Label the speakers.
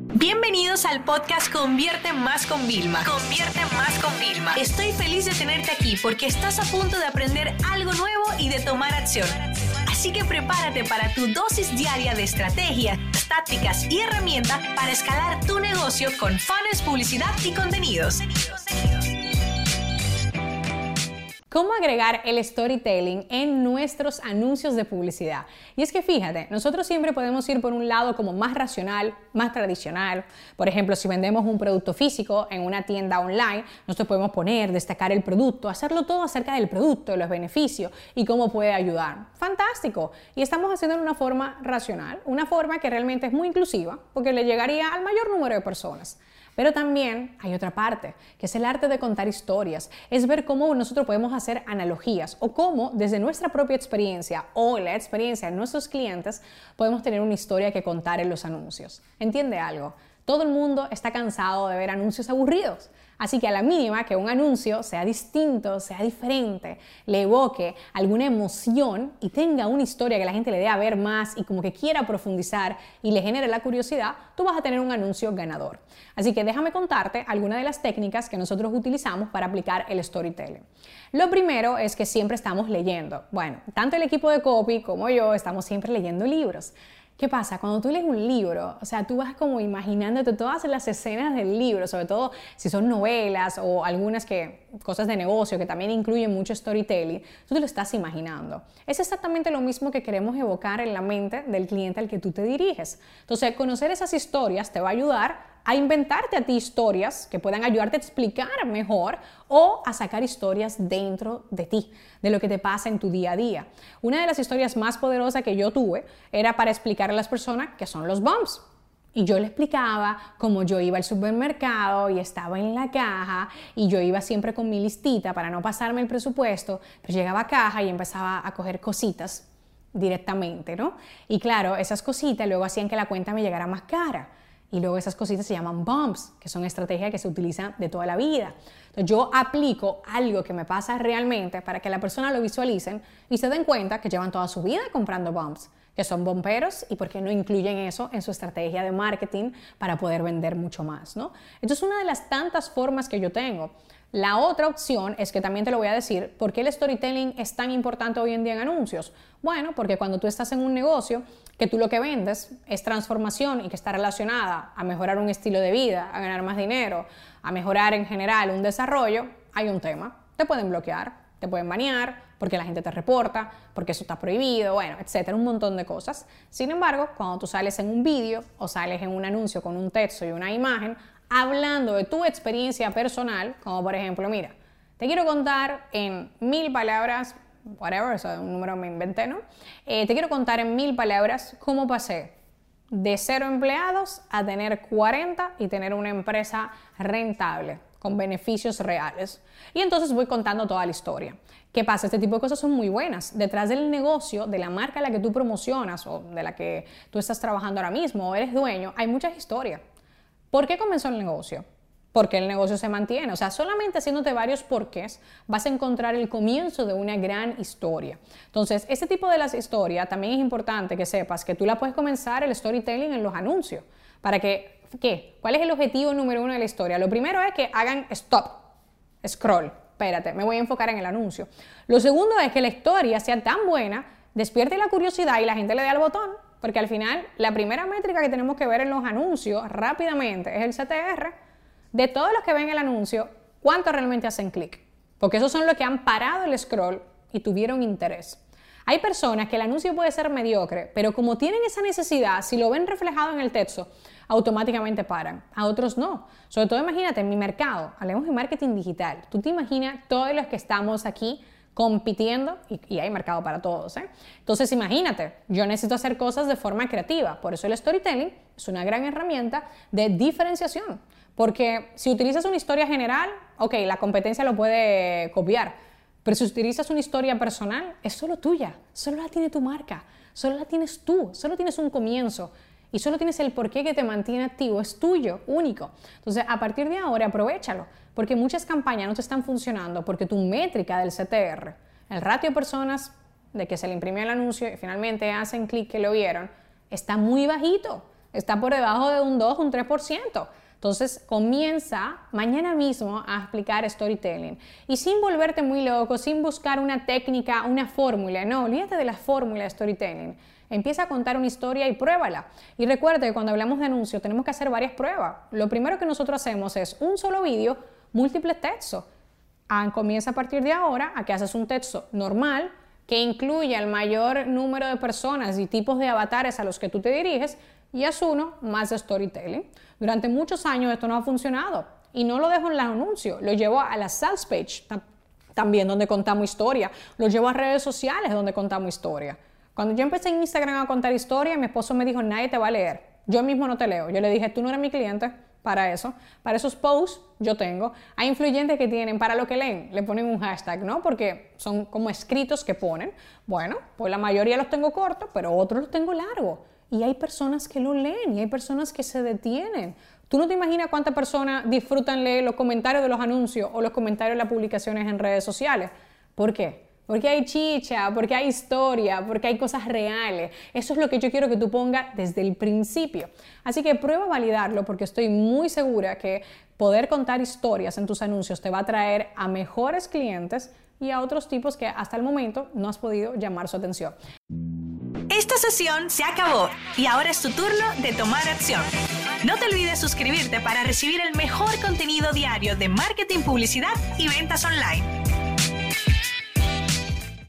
Speaker 1: Bienvenidos al podcast Convierte Más con Vilma. Convierte Más con Vilma. Estoy feliz de tenerte aquí porque estás a punto de aprender algo nuevo y de tomar acción. Así que prepárate para tu dosis diaria de estrategias, tácticas y herramientas para escalar tu negocio con funnels, publicidad y contenidos.
Speaker 2: ¿Cómo agregar el storytelling en nuestros anuncios de publicidad? Y es que fíjate, nosotros siempre podemos ir por un lado como más racional, más tradicional. Por ejemplo, si vendemos un producto físico en una tienda online, nosotros podemos poner, destacar el producto, hacerlo todo acerca del producto, de los beneficios y cómo puede ayudar. ¡Fantástico! Y estamos haciendo de una forma racional, una forma que realmente es muy inclusiva porque le llegaría al mayor número de personas. Pero también hay otra parte, que es el arte de contar historias, es ver cómo nosotros podemos hacer analogías o cómo desde nuestra propia experiencia o la experiencia de nuestros clientes podemos tener una historia que contar en los anuncios. ¿Entiende algo? Todo el mundo está cansado de ver anuncios aburridos. Así que a la mínima que un anuncio sea distinto, sea diferente, le evoque alguna emoción y tenga una historia que la gente le dé a ver más y como que quiera profundizar y le genere la curiosidad, tú vas a tener un anuncio ganador. Así que déjame contarte algunas de las técnicas que nosotros utilizamos para aplicar el storytelling. Lo primero es que siempre estamos leyendo. Bueno, tanto el equipo de copy como yo estamos siempre leyendo libros. ¿Qué pasa? Cuando tú lees un libro, o sea, tú vas como imaginándote todas las escenas del libro, sobre todo si son novelas o algunas cosas de negocio que también incluyen mucho storytelling, tú te lo estás imaginando. Es exactamente lo mismo que queremos evocar en la mente del cliente al que tú te diriges. Entonces, conocer esas historias te va a ayudar a inventarte a ti historias que puedan ayudarte a explicar mejor o a sacar historias dentro de ti, de lo que te pasa en tu día a día. Una de las historias más poderosas que yo tuve era para explicar a las personas qué son los bumps. Y yo le explicaba cómo yo iba al supermercado y estaba en la caja y yo iba siempre con mi listita para no pasarme el presupuesto, pero llegaba a caja y empezaba a coger cositas directamente, ¿no? Y claro, esas cositas luego hacían que la cuenta me llegara más cara. Y luego esas cositas se llaman bumps, que son estrategias que se utilizan de toda la vida. Entonces yo aplico algo que me pasa realmente para que la persona lo visualicen y se den cuenta que llevan toda su vida comprando bumps, que son bomberos y por qué no incluyen eso en su estrategia de marketing para poder vender mucho más, ¿no? Esto es una de las tantas formas que yo tengo. La otra opción es que también te lo voy a decir, ¿por qué el storytelling es tan importante hoy en día en anuncios? Bueno, porque cuando tú estás en un negocio que tú lo que vendes es transformación y que está relacionada a mejorar un estilo de vida, a ganar más dinero, a mejorar en general un desarrollo, hay un tema. Te pueden bloquear, te pueden banear, porque la gente te reporta, porque eso está prohibido, bueno, etcétera, un montón de cosas. Sin embargo, cuando tú sales en un vídeo o sales en un anuncio con un texto y una imagen, hablando de tu experiencia personal, como por ejemplo, mira, te quiero contar en 1000 palabras, whatever, eso es un número que me inventé, ¿no? Te quiero contar en 1000 palabras cómo pasé de 0 empleados a tener 40 y tener una empresa rentable, con beneficios reales. Y entonces voy contando toda la historia. ¿Qué pasa? Este tipo de cosas son muy buenas. Detrás del negocio, de la marca a la que tú promocionas o de la que tú estás trabajando ahora mismo o eres dueño, hay muchas historias. ¿Por qué comenzó el negocio? Porque el negocio se mantiene. O sea, solamente haciéndote varios porqués vas a encontrar el comienzo de una gran historia. Entonces, este tipo de las historias también es importante que sepas que tú la puedes comenzar el storytelling en los anuncios. Para que, ¿qué? ¿Cuál es el objetivo número 1 de la historia? Lo primero es que hagan stop, scroll. Espérate, me voy a enfocar en el anuncio. Lo segundo es que la historia sea tan buena, despierte la curiosidad y la gente le dé al botón. Porque al final, la primera métrica que tenemos que ver en los anuncios rápidamente es el CTR. De todos los que ven el anuncio, ¿cuántos realmente hacen clic? Porque esos son los que han parado el scroll y tuvieron interés. Hay personas que el anuncio puede ser mediocre, pero como tienen esa necesidad, si lo ven reflejado en el texto, automáticamente paran. A otros no. Sobre todo imagínate, en mi mercado, hablemos de marketing digital. Tú te imaginas todos los que estamos aquí compitiendo y hay mercado para todos, ¿eh? Entonces imagínate, yo necesito hacer cosas de forma creativa, por eso el storytelling es una gran herramienta de diferenciación, porque si utilizas una historia general, ok, la competencia lo puede copiar, pero si utilizas una historia personal, es solo tuya, solo la tiene tu marca, solo la tienes tú, solo tienes un comienzo y solo tienes el porqué que te mantiene activo, es tuyo, único. Entonces, a partir de ahora, aprovéchalo, porque muchas campañas no te están funcionando porque tu métrica del CTR, el ratio de personas de que se le imprimió el anuncio y finalmente hacen clic que lo vieron, está muy bajito. está por debajo de un 2, un 3%. Entonces comienza mañana mismo a explicar storytelling y sin volverte muy loco, sin buscar una técnica, una fórmula, no, olvídate de la fórmula de storytelling. Empieza a contar una historia y pruébala. Y recuerda que cuando hablamos de anuncios tenemos que hacer varias pruebas. Lo primero que nosotros hacemos es un solo vídeo, múltiples textos. Comienza a partir de ahora a que haces un texto normal que incluya el mayor número de personas y tipos de avatares a los que tú te diriges y haz uno más de storytelling. Durante muchos años esto no ha funcionado y no lo dejo en el anuncio, lo llevo a la sales page también donde contamos historia, lo llevo a redes sociales donde contamos historia. Cuando yo empecé en Instagram a contar historia, mi esposo me dijo, nadie te va a leer, yo mismo no te leo. Yo le dije, tú no eres mi cliente para eso, para esos posts yo tengo. Hay influyentes que tienen, para lo que leen, le ponen un hashtag, ¿no? Porque son como escritos que ponen. Bueno, pues la mayoría los tengo cortos, pero otros los tengo largos. Y hay personas que lo leen y hay personas que se detienen. Tú no te imaginas cuántas personas disfrutan leer los comentarios de los anuncios o los comentarios de las publicaciones en redes sociales. ¿Por qué? Porque hay chicha, porque hay historia, porque hay cosas reales. Eso es lo que yo quiero que tú pongas desde el principio. Así que prueba a validarlo porque estoy muy segura que poder contar historias en tus anuncios te va a traer a mejores clientes y a otros tipos que hasta el momento no has podido llamar su atención.
Speaker 1: Esta sesión se acabó y ahora es tu turno de tomar acción. No te olvides suscribirte para recibir el mejor contenido diario de marketing, publicidad y ventas online.